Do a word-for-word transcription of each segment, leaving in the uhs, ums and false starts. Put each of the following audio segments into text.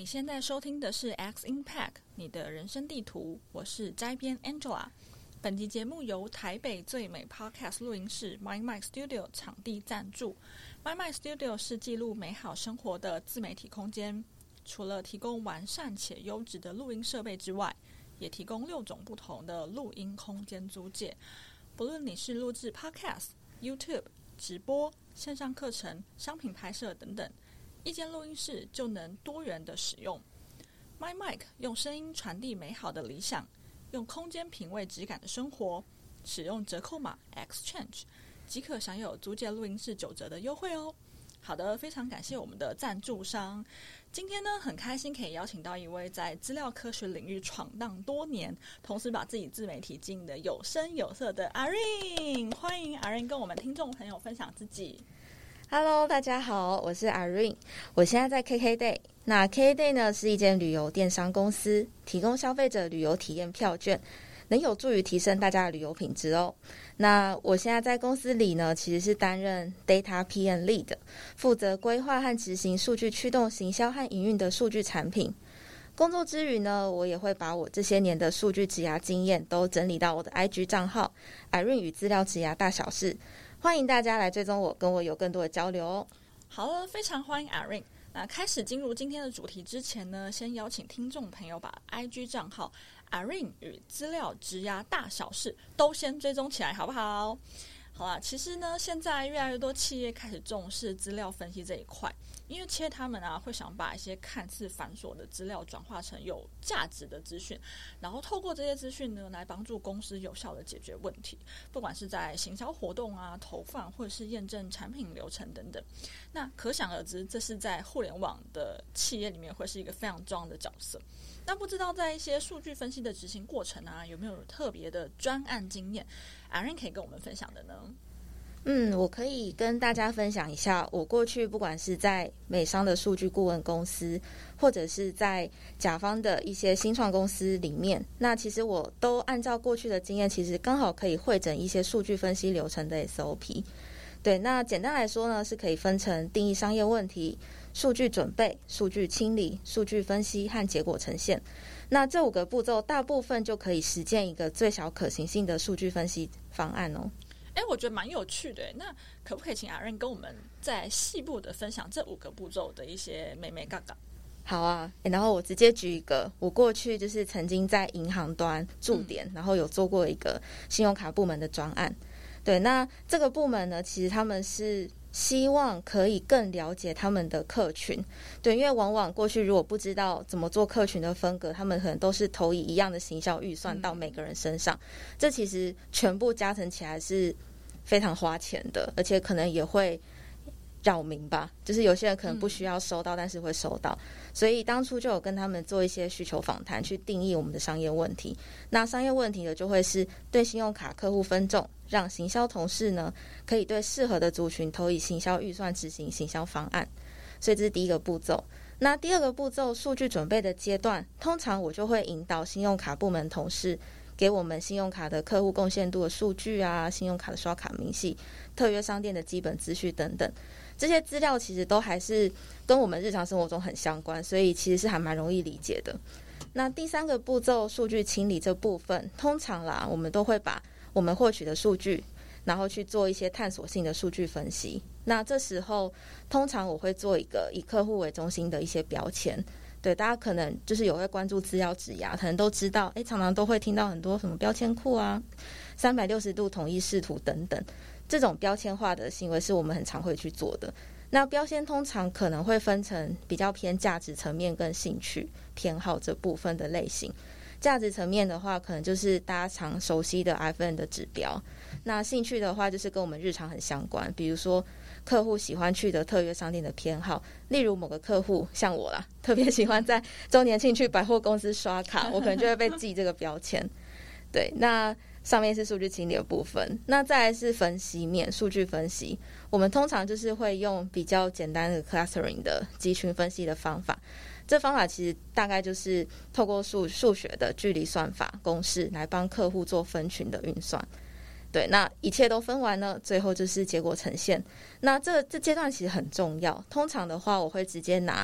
你现在收听的是 X Impact 你的人生地图，我是摘编 Angela。本集节目由台北最美 Podcast 录音室 MicMind Studio 场地赞助。MicMind Studio 是记录美好生活的自媒体空间，除了提供完善且优质的录音设备之外，也提供六种不同的录音空间租借。不论你是录制 Podcast、YouTube、直播、线上课程、商品拍摄等等，一间录音室就能多元的使用。MicMind 用声音传递美好的理想，用空间品味质感的生活。使用折扣码 Exchange 即可享有租借录音室九折的优惠哦。好的，非常感谢我们的赞助商。今天呢，很开心可以邀请到一位在资料科学领域闯荡多年，同时把自己自媒体经营的有声有色的 Irene。欢迎 Irene 跟我们听众朋友分享自己。 Hello， 大家好，我是 Irene， 我现在在 K K Day。那 K K Day 呢是一间旅游电商公司，提供消费者旅游体验票券，能有助于提升大家的旅游品质哦。那我现在在公司里呢，其实是担任 Data P M Lead， 负责规划和执行数据驱动行销和营运的数据产品。工作之余呢，我也会把我这些年的数据职涯经验都整理到我的 I G 账号 Irene 与资料职涯大小事。欢迎大家来追踪我，跟我有更多的交流哦。 好了，非常欢迎 Irene。那开始进入今天的主题之前呢，先邀请听众朋友把 I G 账号 Irene 与资料职涯大小事都先追踪起来，好不好？好啦，其实呢，现在越来越多企业开始重视资料分析这一块，因为企业他们啊会想把一些看似繁琐的资料转化成有价值的资讯，然后透过这些资讯呢来帮助公司有效的解决问题，不管是在行销活动啊、投放或者是验证产品流程等等。那可想而知，这是在互联网的企业里面会是一个非常重要的角色。那不知道在一些数据分析的执行过程啊，有没有特别的专案经验 Irene 可以跟我们分享的呢？ 嗯，我可以跟大家分享一下，我过去不管是在美商的数据顾问公司，或者是在甲方的一些新创公司里面，那其实我都按照过去的经验，其实刚好可以汇整一些数据分析流程的 S O P。 对，那简单来说呢，是可以分成定义商业问题、数据准备、数据清理、数据分析和结果呈现。那这五个步骤大部分就可以实践一个最小可行性的数据分析方案哦。 哎，我觉得蛮有趣的。那可不可以请 Irene 跟我们再细部的分享这五个步骤的一些眉眉角角？ 好啊，然后我直接举一个，我过去就是曾经在银行端驻点，嗯、然后有做过一个信用卡部门的专案。对，那这个部门呢，其实他们是希望可以更了解他们的客群。对，因为往往过去如果不知道怎么做客群的分隔，他们可能都是投以一样的行销预算到每个人身上，嗯、这其实全部加成起来是非常花钱的，而且可能也会扰民吧，就是有些人可能不需要收到，嗯、但是会收到。所以当初就有跟他们做一些需求访谈，去定义我们的商业问题。那商业问题呢，就会是对信用卡客户分众，让行销同事呢可以对适合的族群投以行销预算，执行行销方案。所以这是第一个步骤。那第二个步骤，数据准备的阶段，通常我就会引导信用卡部门同事给我们信用卡的客户贡献度的数据啊，信用卡的刷卡明细、特约商店的基本资讯等等。这些资料其实都还是跟我们日常生活中很相关，所以其实是还蛮容易理解的。那第三个步骤，数据清理这部分，通常啦，我们都会把我们获取的数据，然后去做一些探索性的数据分析。那这时候，通常我会做一个以客户为中心的一些标签。对，大家可能就是有会关注资料职涯，可能都知道，哎，常常都会听到很多什么标签库啊、三百六十度统一视图等等。这种标签化的行为是我们很常会去做的。那标签通常可能会分成比较偏价值层面跟兴趣偏好这部分的类型。价值层面的话，可能就是大家常熟悉的 I F N 的指标。那兴趣的话，就是跟我们日常很相关，比如说客户喜欢去的特约商店的偏好，例如某个客户像我啦，特别喜欢在周年庆去百货公司刷卡，我可能就会被记这个标签。对，那上面是数据清理的部分，那再来是分析面，数据分析。我们通常就是会用比较简单的 clustering 的集群分析的方法。这方法其实大概就是透过数数学的距离算法公式来帮客户做分群的运算。对，那一切都分完了，最后就是结果呈现。那这这阶段其实很重要。通常的话，我会直接拿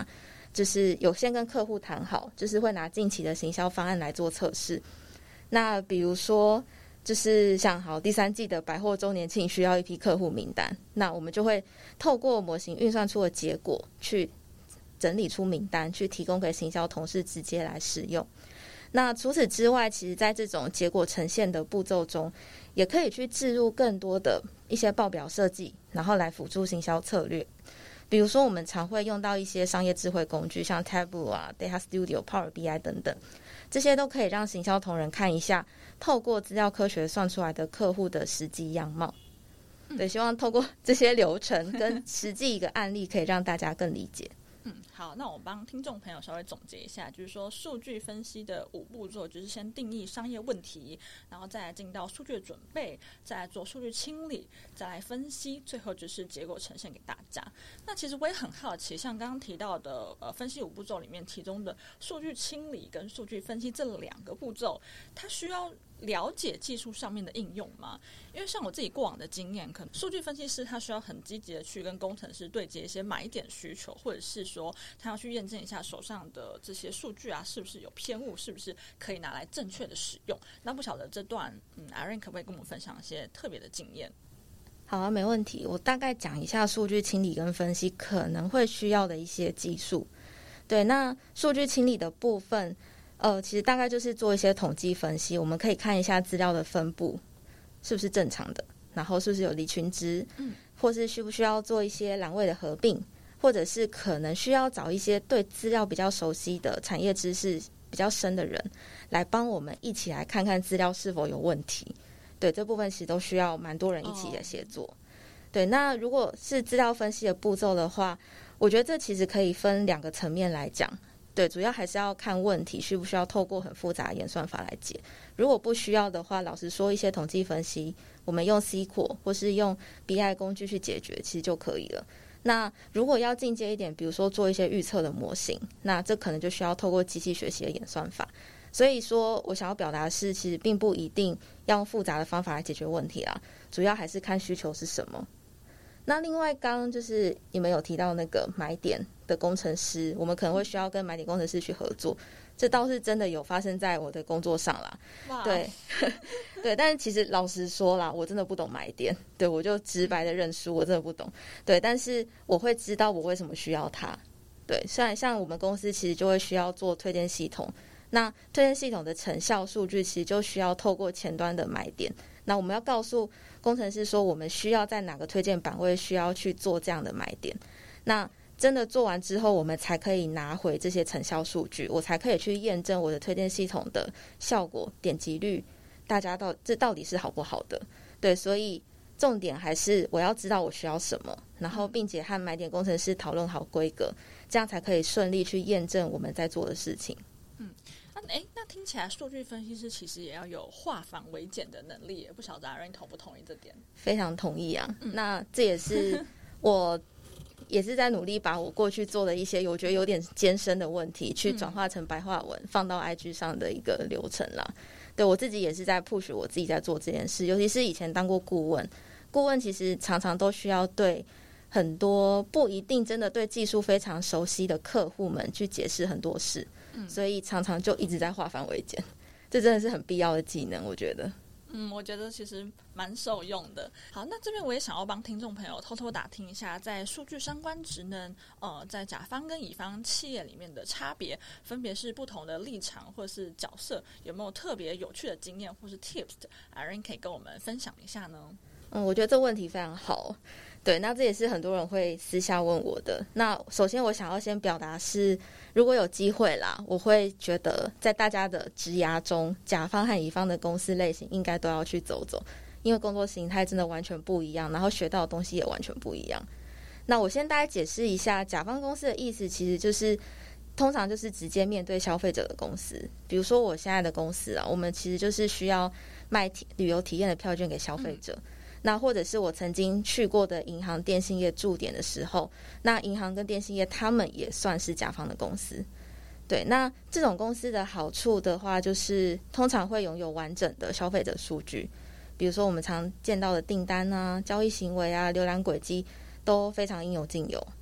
就是有先跟客户谈好，就是会拿近期的行销方案来做测试。那比如说就是像好第三季的百货周年庆需要一批客户名单，那我们就会透过模型运算出的结果去整理出名单，去提供给行销同事直接来使用。那除此之外，其实在这种结果呈现的步骤中，也可以去置入更多的一些报表设计，然后来辅助行销策略。比如说我们常会用到一些商业智慧工具，像 Tableau 啊 Data Studio、Power B I 等等，这些都可以让行销同仁看一下透过资料科学算出来的客户的实际样貌。对，希望透过这些流程跟实际一个案例，可以让大家更理解。 嗯，好，那我帮听众朋友稍微总结一下，就是说数据分析的五步骤，就是先定义商业问题，然后再来进到数据的准备，再来做数据清理，再来分析，最后就是结果呈现给大家。那其实我也很好奇，像刚刚提到的呃分析五步骤里面，其中的数据清理跟数据分析这两个步骤，它需要了解技术上面的应用吗？因为像我自己过往的经验，可能数据分析师他需要很积极的去跟工程师对接一些买点需求，或者是说他要去验证一下手上的这些数据啊是不是有偏误，是不是可以拿来正确的使用。那不晓得这段嗯 Irene 可不可以跟我们分享一些特别的经验？ 好啊，没问题。我大概讲一下数据清理跟分析可能会需要的一些技术。对，那数据清理的部分呃，其实大概就是做一些统计分析，我们可以看一下资料的分布是不是正常的，然后是不是有离群值，嗯，或是需不需要做一些栏位的合并，或者是可能需要找一些对资料比较熟悉的产业知识比较深的人来帮我们一起来看看资料是否有问题。对，这部分其实都需要蛮多人一起来协作。Oh. 对，那如果是资料分析的步骤的话，我觉得这其实可以分两个层面来讲。对，主要还是要看问题需不需要透过很复杂的演算法来解。如果不需要的话，老实说，一些统计分析，我们用 S Q L 或是用 B I 工具去解决，其实就可以了。那如果要进阶一点，比如说做一些预测的模型，那这可能就需要透过机器学习的演算法。所以说我想要表达的是，其实并不一定要用复杂的方法来解决问题啦，主要还是看需求是什么。那另外刚刚就是你们有提到那个买点的工程师，我们可能会需要跟买点工程师去合作，这倒是真的有发生在我的工作上啦。对对，但是其实老实说啦，我真的不懂买点，对，我就直白的认输，我真的不懂。对，但是我会知道我为什么需要它。对，虽然像我们公司其实就会需要做推荐系统，那推荐系统的成效数据其实就需要透过前端的买点，那我们要告诉工程师说我们需要在哪个推荐版位需要去做这样的买点，那真的做完之后我们才可以拿回这些成效数据，我才可以去验证我的推荐系统的效果点击率，大家到这到底是好不好的。对，所以重点还是我要知道我需要什么，然后并且和买点工程师讨论好规格，这样才可以顺利去验证我们在做的事情。 嗯，哎，那听起来数据分析师其实也要有化繁为简的能力，也不晓得 Irene 同不同意这点？ 非常同意啊、嗯、那这也是我也是在努力把我过去做的一些我觉得有点艰深的问题去转化成白话文、嗯、放到 I G 上的一个流程啦。对，我自己也是在 push 我自己在做这件事，尤其是以前当过顾问，顾问其实常常都需要对很多不一定真的对技术非常熟悉的客户们去解释很多事，嗯、所以常常就一直在化繁为简，这真的是很必要的技能，我觉得。 嗯，我觉得其实蛮受用的。好，那这边我也想要帮听众朋友偷偷打听一下，在数据相关职能，呃，在甲方跟乙方企业里面的差别，分别是不同的立场或是角色，有没有特别有趣的经验或是 tips，Irene 可以跟我们分享一下呢？ 嗯，我觉得这问题非常好。对，那这也是很多人会私下问我的。那首先我想要先表达是，如果有机会啦，我会觉得在大家的职涯中，甲方和乙方的公司类型应该都要去走走，因为工作形态真的完全不一样，然后学到的东西也完全不一样。那我先大概解释一下，甲方公司的意思其实就是通常就是直接面对消费者的公司。比如说我现在的公司啊，我们其实就是需要卖旅游体验的票券给消费者、嗯那或者是我曾经去过的银行电信业驻点的时候，那银行跟电信业他们也算是甲方的公司。对，那这种公司的好处的话，就是通常会拥有完整的消费者数据，比如说我们常见到的订单啊、交易行为啊、浏览轨迹都非常应有尽有。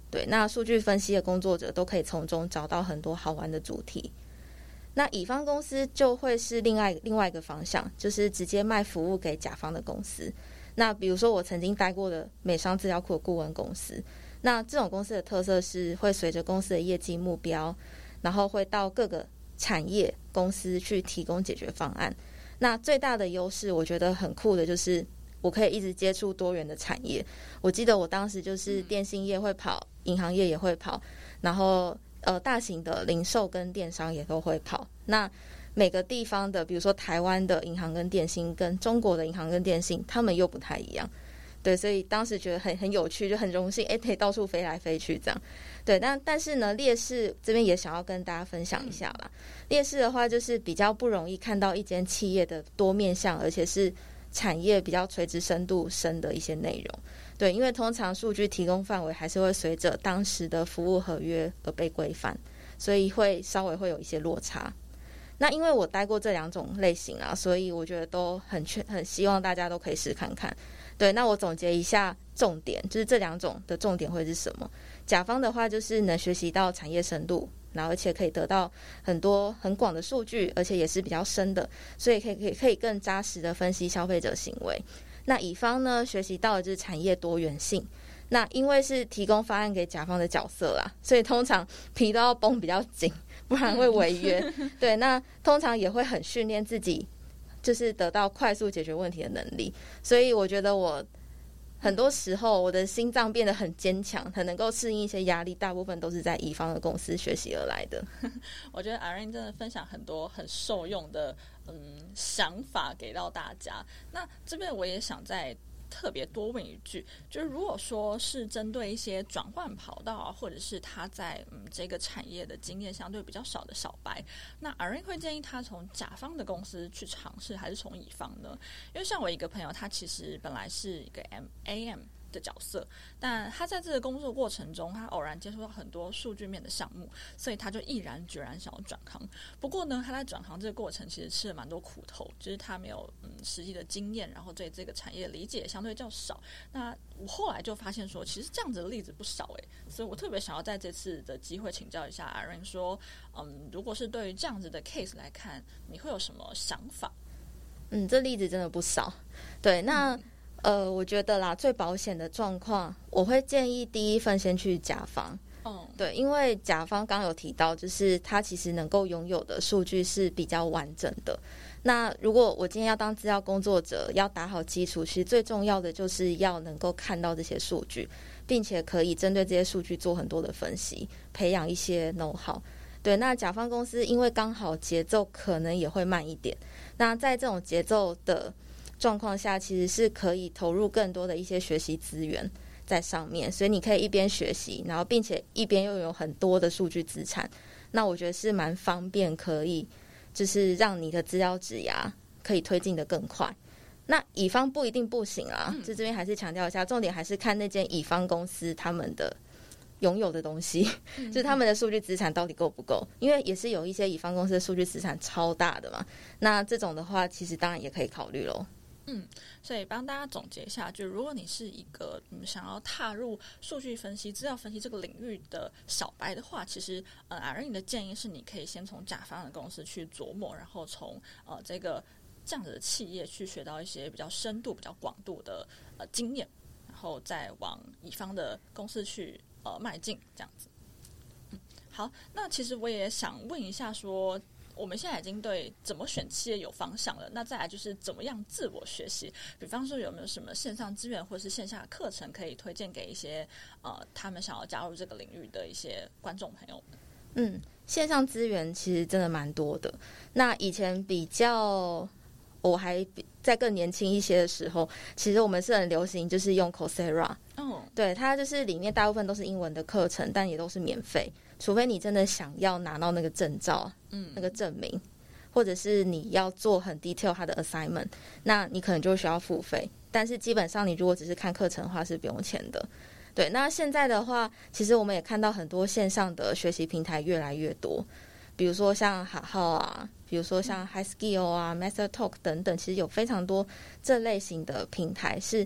对，那数据分析的工作者都可以从中找到很多好玩的主题。那乙方公司就会是另外另外一个方向，就是直接卖服务给甲方的公司。那比如说我曾经待过的美商资料库的顾问公司，那这种公司的特色是会随着公司的业绩目标，然后会到各个产业公司去提供解决方案。那最大的优势我觉得很酷的就是我可以一直接触多元的产业。我记得我当时就是电信业会跑，银行业也会跑，然后呃大型的零售跟电商也都会跑。那每个地方的比如说台湾的银行跟电信跟中国的银行跟电信他们又不太一样，对，所以当时觉得很很有趣，就很荣幸哎，可以到处飞来飞去这样。对，那但是呢劣势这边也想要跟大家分享一下啦。劣势的话就是比较不容易看到一间企业的多面向，而且是产业比较垂直深度深的一些内容。对，因为通常数据提供范围还是会随着当时的服务合约而被规范，所以会稍微会有一些落差。那因为我待过这两种类型啊，所以我觉得都很很希望大家都可以试看看。对，那我总结一下重点，就是这两种的重点会是什么？甲方的话就是能学习到产业深度，然后而且可以得到很多很广的数据，而且也是比较深的，所以可以可以可以更扎实的分析消费者行为。那乙方呢，学习到的就是产业多元性。那因为是提供方案给甲方的角色啦，所以通常皮都要绷比较紧，不然会违约。对，那通常也会很训练自己，就是得到快速解决问题的能力。所以我觉得我很多时候我的心脏变得很坚强，很能够适应一些压力，大部分都是在乙方的公司学习而来的。 我觉得 Irene 真的分享很多很受用的嗯想法给到大家。那这边我也想再特别多问一句，就是如果说是针对一些转换跑道啊，或者是他在嗯这个产业的经验相对比较少的小白，那 Irene 会建议他从甲方的公司去尝试，还是从乙方呢？因为像我一个朋友，他其实本来是一个 M A M 的角色，但他在这个工作过程中，他偶然接触到很多数据面的项目，所以他就毅然决然想要转行。不过呢，他在转行这个过程其实吃了蛮多苦头，就是他没有嗯实际的经验，然后对这个产业理解相对较少。那我后来就发现说，其实这样子的例子不少诶，所以我特别想要在这次的机会请教一下 Irene 说，嗯，如果是对于这样子的 case 来看，你会有什么想法？ 嗯，这例子真的不少。对，那。嗯呃，我觉得啦，最保险的状况，我会建议第一份先去甲方。哦，对，因为甲方刚有提到，就是他其实能够拥有的数据是比较完整的。那如果我今天要当资料工作者，要打好基础，其实最重要的就是要能够看到这些数据，并且可以针对这些数据做很多的分析，培养一些 know how。对，那甲方公司因为刚好节奏可能也会慢一点，那在这种节奏的状况下，其实是可以投入更多的一些学习资源在上面，所以你可以一边学习，然后并且一边又有很多的数据资产，那我觉得是蛮方便，可以就是让你的资料职涯可以推进的更快。那乙方不一定不行啊，就这边还是强调一下，重点还是看那间乙方公司他们的拥有的东西，就是他们的数据资产到底够不够，因为也是有一些乙方公司的数据资产超大的嘛，那这种的话其实当然也可以考虑咯。 嗯，所以帮大家总结一下，就如果你是一个嗯想要踏入数据分析、资料分析这个领域的小白的话，其实呃 Irene 的建议是，你可以先从甲方的公司去琢磨，然后从呃这个这样子的企业去学到一些比较深度、比较广度的呃经验，然后再往乙方的公司去呃迈进，这样子。嗯，好，那其实我也想问一下说，我们现在已经对怎么选企业有方向了，那再来就是怎么样自我学习，比方说有没有什么线上资源或是线下课程可以推荐给一些呃他们想要加入这个领域的一些观众朋友们？ 嗯，线上资源其实真的蛮多的。那以前比较我还在更年轻一些的时候，其实我们是很流行就是用 Coursera。哦，对，它就是里面大部分都是英文的课程，但也都是免费，除非你真的想要拿到那个证照，嗯，那个证明，或者是你要做很 detail 它的 assignment， 那你可能就需要付费。但是基本上你如果只是看课程的话是不用钱的。对，那现在的话，其实我们也看到很多线上的学习平台越来越多，比如说像好好啊，比如说像 HighSkill 啊、Master Talk 等等，其实有非常多这类型的平台是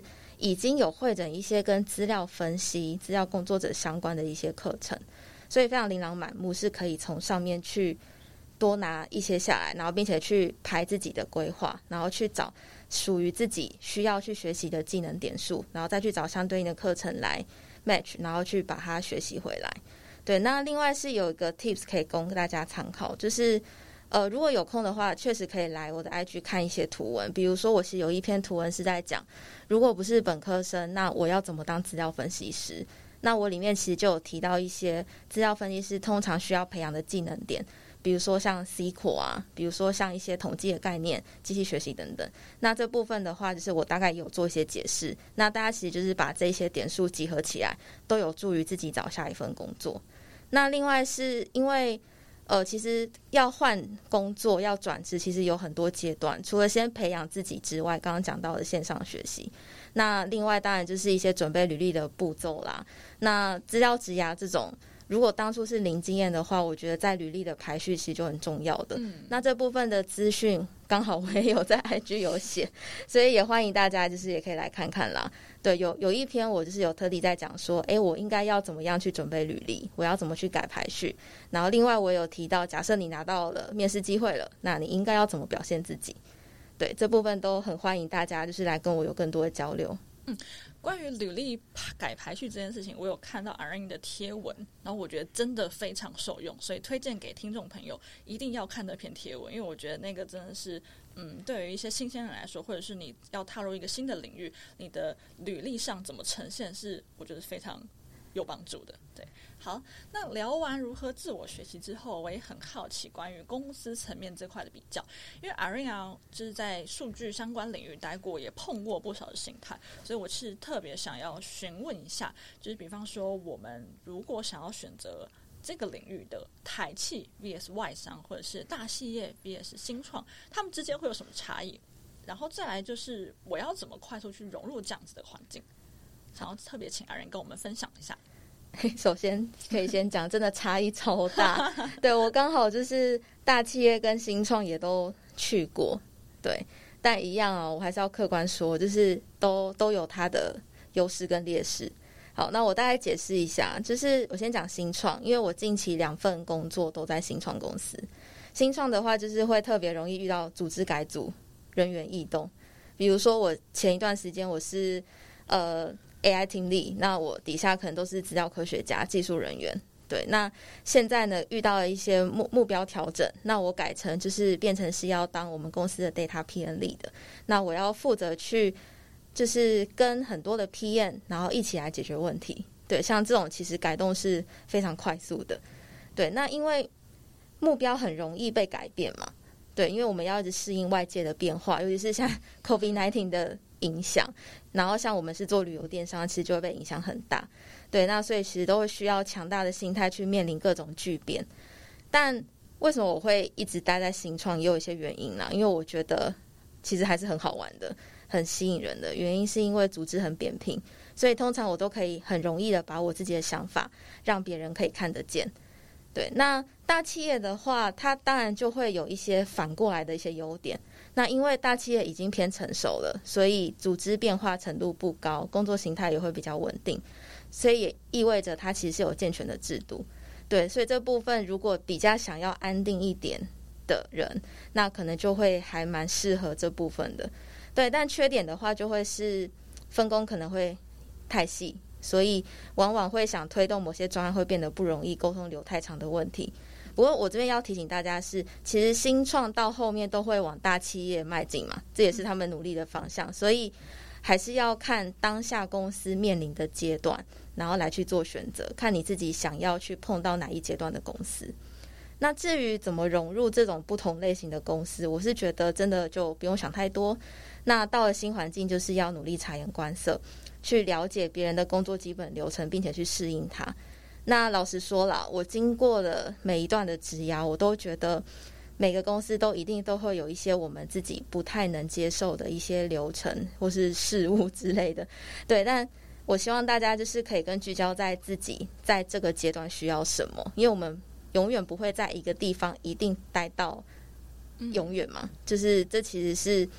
已经有会诊一些跟资料分析、资料工作者相关的一些课程，所以非常琳琅满目，是可以从上面去多拿一些下来，然后并且去排自己的规划，然后去找属于自己需要去学习的技能点数，然后再去找相对应的课程来 match， 然后去把它学习回来。对，那另外是有一个 tips 可以供大家参考，就是呃，如果有空的话，确实可以来我的 I G 看一些图文。比如说，我是有一篇图文是在讲，如果不是本科生，那我要怎么当资料分析师？那我里面其实就有提到一些资料分析师通常需要培养的技能点，比如说像 S Q L 啊，比如说像一些统计的概念、机器学习等等。那这部分的话，就是我大概有做一些解释。那大家其实就是把这些点数集合起来，都有助于自己找下一份工作。那另外是因为呃，其实要换工作、要转职，其实有很多阶段。除了先培养自己之外，刚刚讲到的线上学习，那另外当然就是一些准备履历的步骤啦。那资料职涯这种，如果当初是零经验的话，我觉得在履历的排序其实就很重要的。嗯、那这部分的资讯刚好我也有在 I G 有写，所以也欢迎大家就是也可以来看看啦。对，有有一篇我就是有特地在讲说，哎，我应该要怎么样去准备履历，我要怎么去改排序。然后另外我有提到，假设你拿到了面试机会了，那你应该要怎么表现自己。对，这部分都很欢迎大家就是来跟我有更多的交流。 嗯，关于履历改排序这件事情，我有看到 Irene 的贴文，然后我觉得真的非常受用，所以推荐给听众朋友一定要看那篇贴文，因为我觉得那个真的是，嗯，对于一些新鲜人来说，或者是你要踏入一个新的领域，你的履历上怎么呈现是我觉得非常有帮助的。对，好，那聊完如何自我学习之后，我也很好奇关于公司层面这块的比较，因为 Irene 就是在数据相关领域待过，也碰过不少的形态，所以我是特别想要询问一下，就是比方说我们如果想要选择这个领域的台企 V S 外商，或者是大企业 V S 新创，他们之间会有什么差异？然后再来就是我要怎么快速去融入这样子的环境，想要特别请 Irene 跟我们分享一下。 首先可以先讲，真的差异超大。对，我刚好就是大企业跟新创也都去过，对，但一样哦，我还是要客观说，就是都都有它的优势跟劣势。好，那我大概解释一下，就是我先讲新创，因为我近期两份工作都在新创公司。新创的话，就是会特别容易遇到组织改组、人员异动。比如说，我前一段时间我是呃。A I team lead， 那我底下可能都是资料科学家、技术人员。对，那现在呢遇到了一些目目标调整，那我改成就是变成是要当我们公司的 data P M lead 的，那我要负责去就是跟很多的 P M 然后一起来解决问题。对，像这种其实改动是非常快速的。对，那因为目标很容易被改变嘛。对，因为我们要一直适应外界的变化，尤其是像 COVID 十九 的影响，然后像我们是做旅游电商，其实就会被影响很大。对，那所以其实都会需要强大的心态去面临各种巨变。但为什么我会一直待在新创，也有一些原因啦。因为我觉得其实还是很好玩的，很吸引人的。原因是因为组织很扁平，所以通常我都可以很容易的把我自己的想法让别人可以看得见。对，那大企业的话，它当然就会有一些反过来的一些优点。那因为大企业已经偏成熟了，所以组织变化程度不高，工作形态也会比较稳定，所以也意味着它其实是有健全的制度。对，所以这部分如果比较想要安定一点的人，那可能就会还蛮适合这部分的。对，但缺点的话就会是分工可能会太细，所以往往会想推动某些专案会变得不容易，沟通流太长的问题。不过我这边要提醒大家是，其实新创到后面都会往大企业迈进嘛，这也是他们努力的方向，所以还是要看当下公司面临的阶段，然后来去做选择，看你自己想要去碰到哪一阶段的公司。那至于怎么融入这种不同类型的公司，我是觉得真的就不用想太多。那到了新环境，就是要努力察言观色，去了解别人的工作基本流程，并且去适应它。那老实说啦，我经过的每一段的职涯，我都觉得每个公司都一定都会有一些我们自己不太能接受的一些流程或是事物之类的。对，但我希望大家就是可以更聚焦在自己在这个阶段需要什么，因为我们永远不会在一个地方一定待到永远嘛，就是这其实是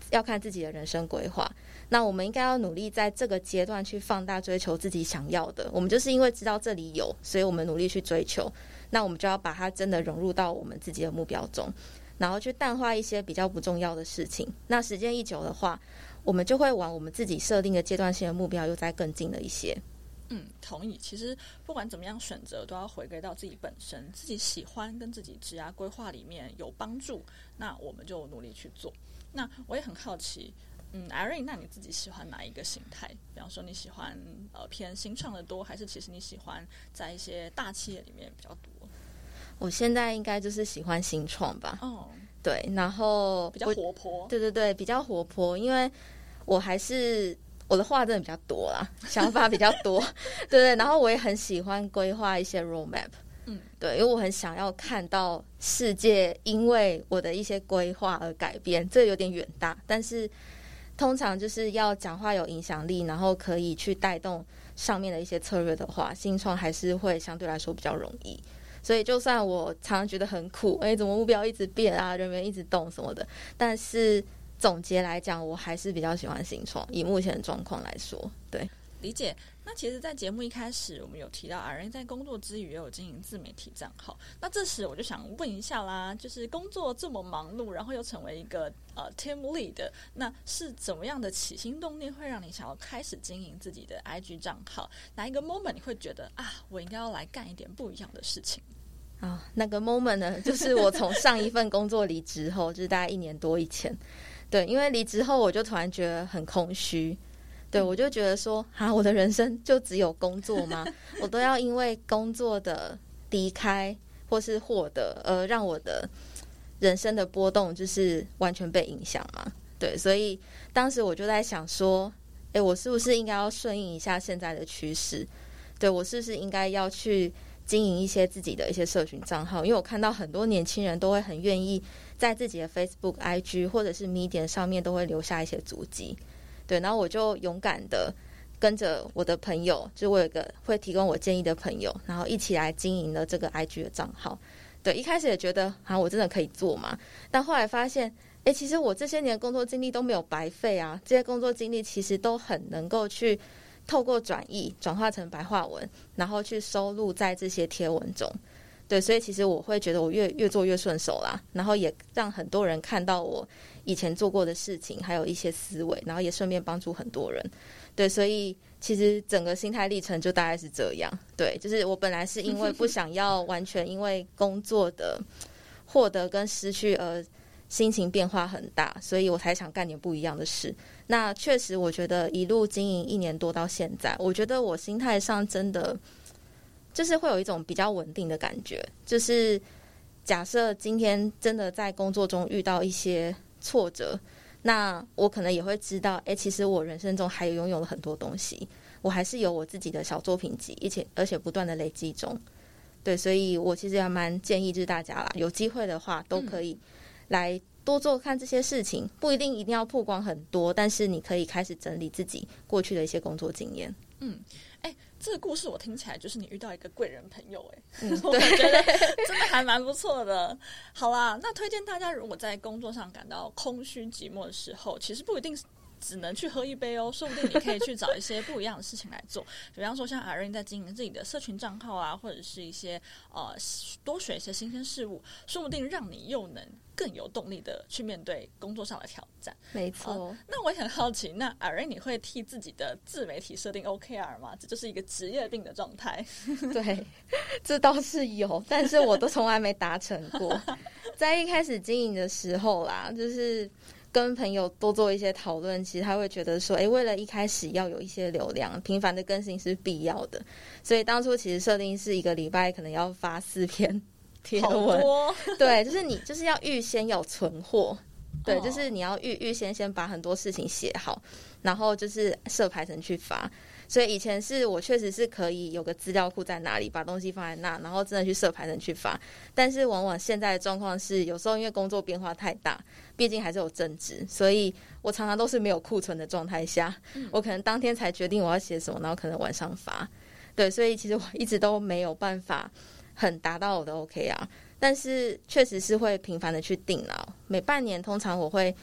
要看自己的人生规划。那我们应该要努力在这个阶段去放大追求自己想要的。我们就是因为知道这里有，所以我们努力去追求。那我们就要把它真的融入到我们自己的目标中，然后去淡化一些比较不重要的事情。那时间一久的话，我们就会往我们自己设定的阶段性的目标又再更近了一些。 嗯，同意。其实不管怎么样选择，都要回归到自己本身，自己喜欢跟自己职业规划里面有帮助，那我们就努力去做。那我也很好奇，嗯 Irene 那你自己喜欢哪一个形态？比方说你喜欢呃偏新创的多，还是其实你喜欢在一些大企业里面比较多？ 我现在应该就是喜欢新创吧。 哦， 对，然后比较活泼。 对对对，比较活泼，因为我还是我的话真的比较多啦，想法比较多，对对，然后我也很喜欢规划一些 roadmap， 嗯，对，因为我很想要看到世界因为我的一些规划而改变，这有点远大，但是通常就是要讲话有影响力，然后可以去带动上面的一些策略的话，新创还是会相对来说比较容易。所以就算我常常觉得很苦，哎，怎么目标一直变啊，人员一直动什么的，但是总结来讲，我还是比较喜欢新创，以目前的状况来说。对， 理解。那其实在节目一开始我们有提到 Irene 在工作之余也有经营自媒体账号，那这时我就想问一下啦，就是工作这么忙碌，然后又成为一个呃 team lead， 那是怎么样的起心动念会让你想要开始经营自己的 I G 账号？哪一个 moment 你会觉得啊，我应该要来干一点不一样的事情？ 啊，那个 moment 呢，就是我从上一份工作离职后，就是大概一年多以前。对，因为离职后我就突然觉得很空虚，对，我就觉得说啊，我的人生就只有工作吗？我都要因为工作的离开或是获得，而让我的人生的波动就是完全被影响嘛？对，所以当时我就在想说，哎，我是不是应该要顺应一下现在的趋势？对，我是不是应该要去经营一些自己的一些社群账号？因为我看到很多年轻人都会很愿意在自己的 Facebook、I G 或者是 Medium 上面都会留下一些足迹。对，然后我就勇敢的跟着我的朋友，就我有一个会提供我建议的朋友，然后一起来经营了这个 I G 的账号。对，一开始也觉得啊，我真的可以做吗？但后来发现，哎，其实我这些年的工作经历都没有白费啊，这些工作经历其实都很能够去透过转译转化成白话文，然后去收录在这些贴文中。对，所以其实我会觉得我越越做越顺手啦，然后也让很多人看到我以前做过的事情，还有一些思维，然后也顺便帮助很多人。对，所以其实整个心态历程就大概是这样。对，就是我本来是因为不想要完全因为工作的获得跟失去而心情变化很大，所以我才想干点不一样的事。那确实我觉得一路经营一年多到现在，我觉得我心态上真的就是会有一种比较稳定的感觉，就是假设今天真的在工作中遇到一些挫折，那我可能也会知道，哎，其实我人生中还有拥有了很多东西，我还是有我自己的小作品集，而且而且不断的累积中。对，所以我其实还蛮建议就是大家啦，有机会的话都可以来多做看这些事情，不一定一定要曝光很多，但是你可以开始整理自己过去的一些工作经验。 嗯，哎、欸，这个故事我听起来就是你遇到一个贵人朋友、欸，哎、 嗯， 我觉得真的还蛮不错的。好啦，那推荐大家如果在工作上感到空虚寂寞的时候，其实不一定只能去喝一杯哦，说不定你可以去找一些不一样的事情来做。比方说像 Irene 在经营自己的社群账号啊，或者是一些呃多学一些新鲜事物，说不定让你又能更有动力的去面对工作上的挑战。 没错、呃。 那我也很好奇，那 Irene 你会替自己的自媒体设定 O K R 吗？这就是一个职业病的状态。 对，这倒是有，但是我都从来没达成过。在一开始经营的时候啦，就是跟朋友多做一些讨论，其实他会觉得说，哎，为了一开始要有一些流量，频繁的更新是必要的，所以当初其实设定是一个礼拜可能要发四篇贴文，对，就是你就是要预先有存货，对，就是你要预预先先把很多事情写好，然后就是设排程去发。所以以前是我确实是可以有个资料库在哪里，把东西放在那，然后真的去设排程去发。但是往往现在的状况是，有时候因为工作变化太大，毕竟还是有正职，所以我常常都是没有库存的状态下，我可能当天才决定我要写什么，然后可能晚上发。对，所以其实我一直都没有办法很达到我的 O K R， 但是确实是会频繁的去定了。每半年通常我会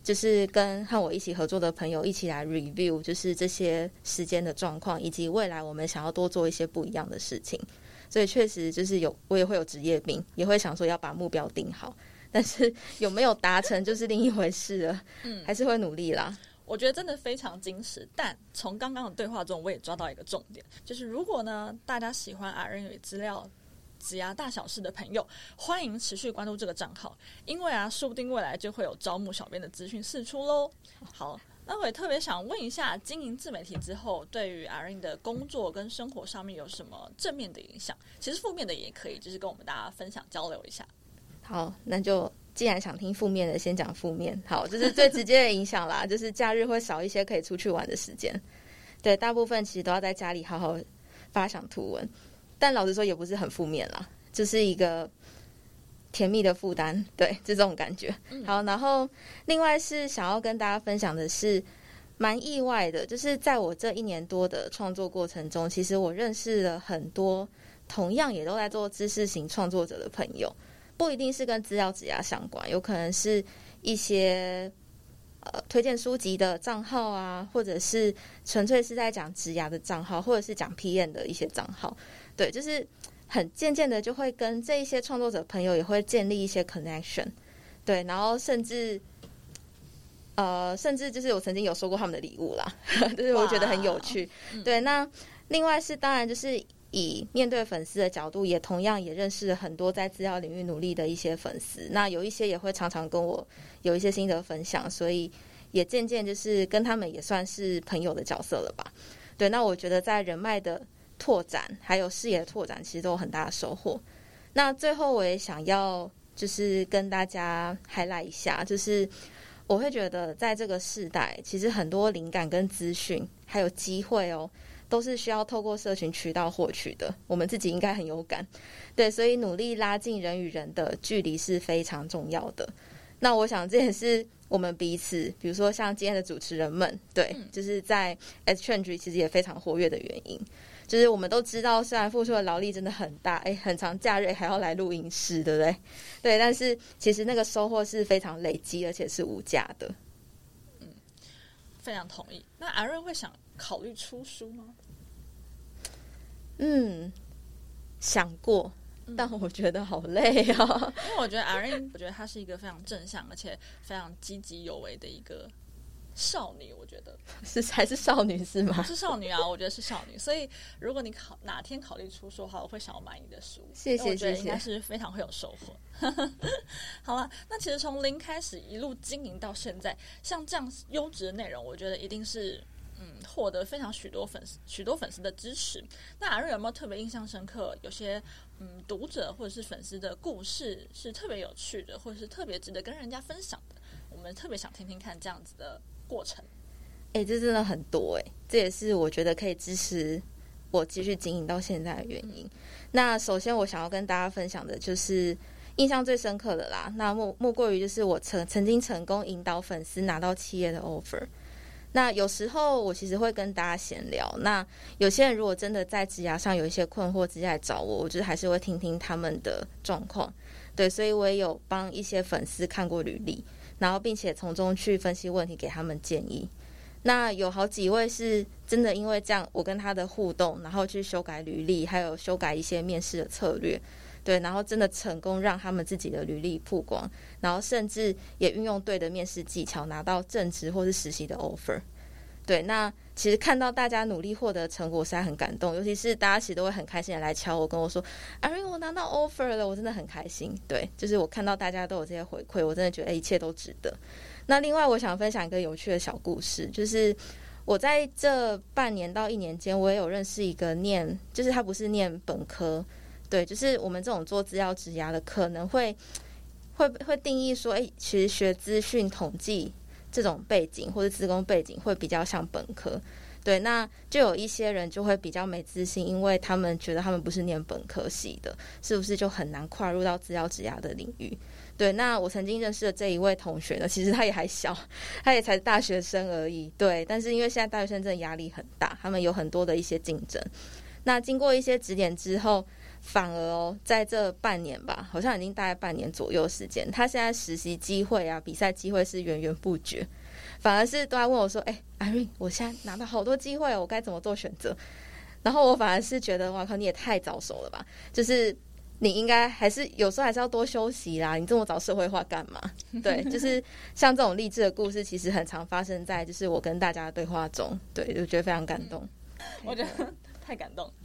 就是跟和我一起合作的朋友一起来 review， 就是这些时间的状况，以及未来我们想要多做一些不一样的事情。所以确实就是有，我也会有职业病，也会想说要把目标定好，但是有没有达成就是另一回事了。嗯，还是会努力啦。 我觉得真的非常精实，但从刚刚的对话中，我也抓到一个重点，就是如果呢大家喜欢 Irene 与资料职涯大小事的朋友，欢迎持续关注这个账号，因为啊，说不定未来就会有招募小编的资讯释出咯。好，那我也特别想问一下，经营自媒体之后，对于 Irene 的工作跟生活上面有什么正面的影响？其实负面的也可以，就是跟我们大家分享交流一下。 好，那就既然想听负面的，先讲负面。好，就是最直接的影响啦，就是假日会少一些可以出去玩的时间。对，大部分其实都要在家里好好发想图文。但老实说也不是很负面啦，就是一个甜蜜的负担，对，这种感觉。好，然后另外是想要跟大家分享的是，蛮意外的，就是在我这一年多的创作过程中，其实我认识了很多同样也都在做知识型创作者的朋友，不一定是跟资料职涯相关，有可能是一些呃推荐书籍的账号啊，或者是纯粹是在讲职涯的账号，或者是讲 P M 的一些账号。对，就是很渐渐的就会跟这一些创作者朋友也会建立一些 connection， 对，然后甚至呃，甚至就是我曾经有收过他们的礼物啦，就是我觉得很有趣。对，那另外是当然就是以面对粉丝的角度，也同样也认识了很多在资料领域努力的一些粉丝，那有一些也会常常跟我有一些心得分享，所以也渐渐就是跟他们也算是朋友的角色了吧。对，那我觉得在人脉的拓展还有视野的拓展其实都有很大的收获。那最后我也想要就是跟大家 highlight 一下，就是我会觉得在这个世代其实很多灵感跟资讯还有机会哦，都是需要透过社群渠道获取的，我们自己应该很有感。对，所以努力拉近人与人的距离是非常重要的。那我想这也是我们彼此，比如说像今天的主持人们，对，就是在 Exchange 其实也非常活跃的原因。就是我们都知道，虽然付出的劳力真的很大，哎，很长假日还要来录音室，对不对？对，但是其实那个收获是非常累积，而且是无价的。 嗯，非常同意。那 Irene 会想考虑出书吗？ 嗯，想过，但我觉得好累哦。 因为我觉得 Irene， 我觉得她是一个非常正向而且非常积极有为的一个少女，我觉得是还是少女是吗？ 是少女啊，我觉得是少女。所以如果你考哪天考虑出书的话，我会想要买你的书。 谢谢， 我觉得应该是非常会有收获。好了，那其实从零开始一路经营到现在，像这样优质的内容，我觉得一定是嗯获得非常许多粉丝许多粉丝的支持。那Irene有没有特别印象深刻？有些嗯读者或者是粉丝的故事是特别有趣的，或者是特别值得跟人家分享的？我们特别想听听看这样子的过程。 哎、欸，这真的很多哎、欸，这也是我觉得可以支持我继续经营到现在的原因。那首先我想要跟大家分享的就是印象最深刻的啦，那莫莫过于就是我曾曾经成功引导粉丝拿到企业的 offer。那有时候我其实会跟大家闲聊，那有些人如果真的在职涯上有一些困惑，直接来找我，我就是还是会听听他们的状况。对，所以我也有帮一些粉丝看过履历，然后并且从中去分析问题，给他们建议。那有好几位是真的因为这样，我跟他的互动，然后去修改履历，还有修改一些面试的策略，对，然后真的成功让他们自己的履历曝光，然后甚至也运用对的面试技巧，拿到正职或是实习的 offer。对，那其实看到大家努力获得成果，我实在很感动，尤其是大家其实都会很开心的来敲我，跟我说：“Irene，我拿到 offer 了，我真的很开心。”对，就是我看到大家都有这些回馈，我真的觉得、欸、一切都值得。那另外，我想分享一个有趣的小故事，就是我在这半年到一年间，我也有认识一个念，就是他不是念本科，对，就是我们这种做资料职涯的，可能会会会定义说，哎、欸，其实学资讯统计这种背景或者资工背景会比较像本科，对，那就有一些人就会比较没自信，因为他们觉得他们不是念本科系的，是不是就很难跨入到资料职涯的领域？对，那我曾经认识的这一位同学呢，其实他也还小，他也才大学生而已，对，但是因为现在大学生真的压力很大，他们有很多的一些竞争，那经过一些指点之后， 反而哦，在这半年吧，好像已经大概半年左右时间，他现在实习机会啊、比赛机会是源源不绝，反而是都在问我说：“哎、欸、，Irene， 我现在拿到好多机会，我该怎么做选择？”然后我反而是觉得，哇靠，你也太早熟了吧！就是你应该还是有时候还是要多休息啦。你这么早社会化干嘛？对，就是像这种励志的故事，其实很常发生在就是我跟大家的对话中，对，就觉得非常感动。 我觉得太感动。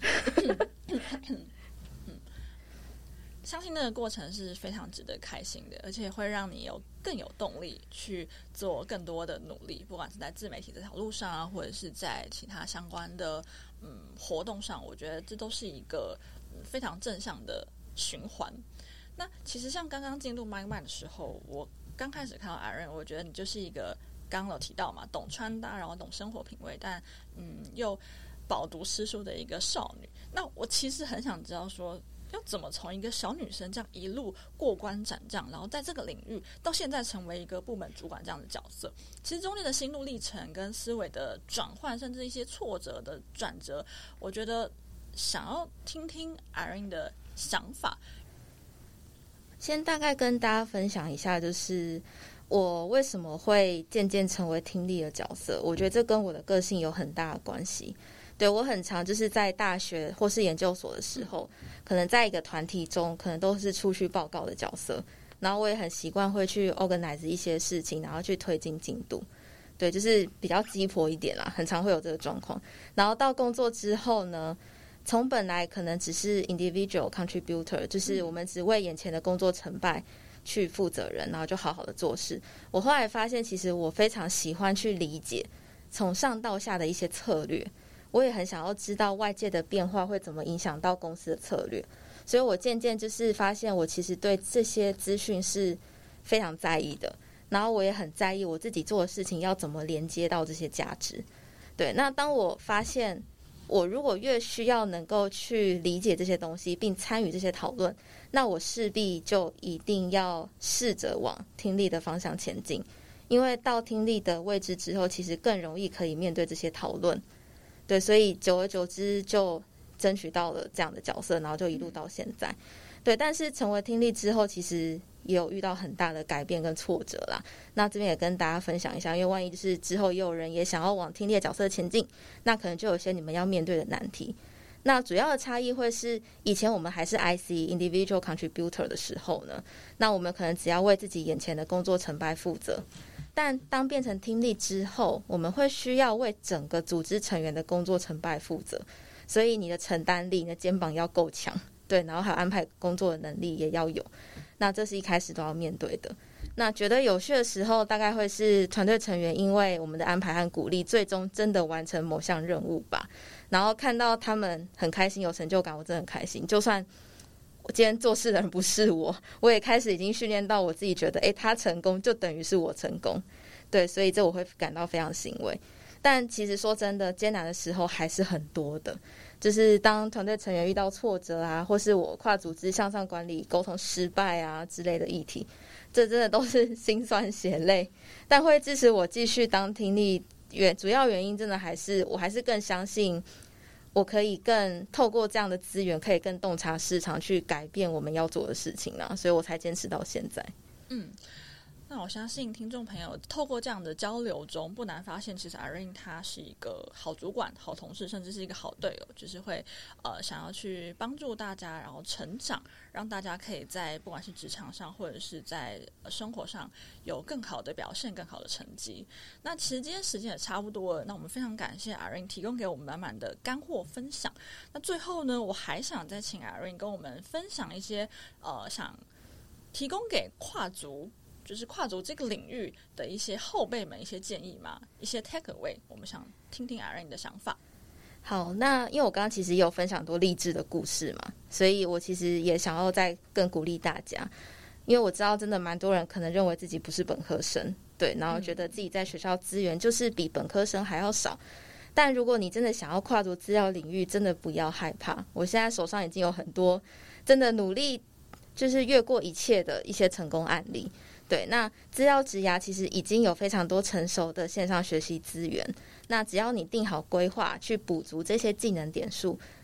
相信那个过程是非常值得开心的，而且会让你有更有动力去做更多的努力，不管是在自媒体这条路上啊，或者是在其他相关的嗯活动上，我觉得这都是一个、嗯、非常正向的循环。那其实像刚刚进入 MicMind 的时候，我刚开始看到 Irene， 我觉得你就是一个刚刚有提到嘛，懂穿搭，然后懂生活品味，但嗯又饱读诗书的一个少女。那我其实很想知道说，要怎么从一个小女生这样一路过关斩将，然后在这个领域到现在成为一个部门主管这样的角色，其实中间的心路历程跟思维的转换，甚至一些挫折的转折，我觉得想要听听 Irene 的想法。 先大概跟大家分享一下，就是我为什么会渐渐成为听力的角色，我觉得这跟我的个性有很大的关系。对，我很常就是在大学或是研究所的时候，可能在一个团体中，可能都是出去报告的角色，然后我也很习惯会去 organize 一些事情，然后去推进进度。对，就是比较鸡婆一点啦，很常会有这个状况。然后到工作之后呢，从本来可能只是 individual contributor， 就是我们只为眼前的工作成败去负责任，然后就好好的做事。我后来发现，其实我非常喜欢去理解从上到下的一些策略。我也很想要知道外界的变化会怎么影响到公司的策略，所以我渐渐就是发现我其实对这些资讯是非常在意的，然后我也很在意我自己做的事情要怎么连接到这些价值。对，那当我发现我如果越需要能够去理解这些东西并参与这些讨论，那我势必就一定要试着往听力的方向前进，因为到听力的位置之后，其实更容易可以面对这些讨论。对，所以久而久之就争取到了这样的角色，然后就一路到现在。对，但是成为听力之后，其实也有遇到很大的改变跟挫折啦。那这边也跟大家分享一下，因为万一就是之后也有人也想要往听力的角色前进，那可能就有些你们要面对的难题。那主要的差异会是，以前我们还是 I C individual contributor 的时候呢，那我们可能只要为自己眼前的工作成败负责。但当变成听力之后，我们会需要为整个组织成员的工作成败负责，所以你的承担力、你的肩膀要够强，对，然后还有安排工作的能力也要有。那这是一开始都要面对的。那觉得有趣的时候，大概会是团队成员因为我们的安排和鼓励，最终真的完成某项任务吧。然后看到他们很开心、有成就感，我真的很开心。就算我今天做事的人不是我，我也开始已经训练到我自己觉得，诶，他成功就等于是我成功，对，所以这我会感到非常欣慰。但其实说真的，艰难的时候还是很多的，就是当团队成员遇到挫折啊，或是我跨组织向上管理沟通失败啊之类的议题，这真的都是心酸血泪，但会支持我继续当听力原主要原因真的还是我还是更相信我可以更透过这样的资源，可以更洞察市场，去改变我们要做的事情啦，所以我才坚持到现在。 嗯，那我相信听众朋友透过这样的交流中，不难发现，其实 Irene 她是一个好主管、好同事，甚至是一个好队友，就是会呃想要去帮助大家，然后成长，让大家可以在不管是职场上或者是在、呃、生活上有更好的表现、更好的成绩。那其实今天时间也差不多了，那我们非常感谢 Irene 提供给我们满满的干货分享。那最后呢，我还想再请 Irene 跟我们分享一些呃想提供给跨族。就是跨足这个领域的一些后辈们一些建议嘛，一些 take away， 我们想听听 Irene 的想法。 好，那因为我刚刚其实也有分享多励志的故事嘛，所以我其实也想要再更鼓励大家，因为我知道真的蛮多人可能认为自己不是本科生，对，然后觉得自己在学校资源就是比本科生还要少。但如果你真的想要跨足资料领域，真的不要害怕。我现在手上已经有很多真的努力，就是越过一切的一些成功案例。对，那资料职涯其实已经有非常多成熟的线上学习资源，那只要你定好规划，去补足这些技能点数，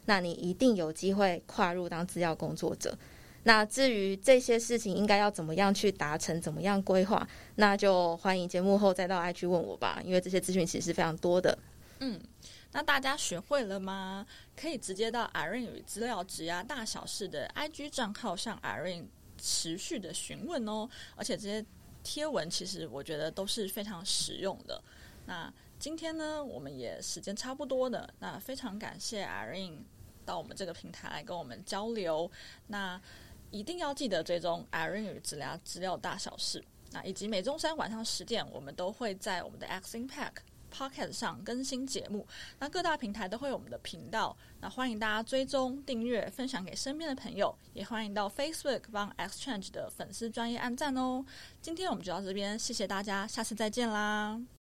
那你一定有机会跨入当资料工作者。那至于这些事情应该要怎么样去达成，怎么样规划，那就欢迎节目后再到 I G 问我吧，因为这些资讯其实是非常多的。 嗯，那大家学会了吗？可以直接到 Irene 与资料职涯大小事的 I G 账号向 Irene 持续的询问哦，而且这些贴文其实我觉得都是非常实用的。那今天呢，我们也时间差不多了，那非常感谢 Irene 到我们这个平台来跟我们交流。那一定要记得追踪 Irene 与资料资料大小事，那以及每周三晚上十点，我们都会在我们的 X Impact Podcast 上更新节目。那各大平台都会有我们的频道，那欢迎大家追踪、订阅、分享给身边的朋友，也欢迎到 Facebook 帮 Exchange 的粉丝专页按赞哦。今天我们就到这边，谢谢大家，下次再见啦。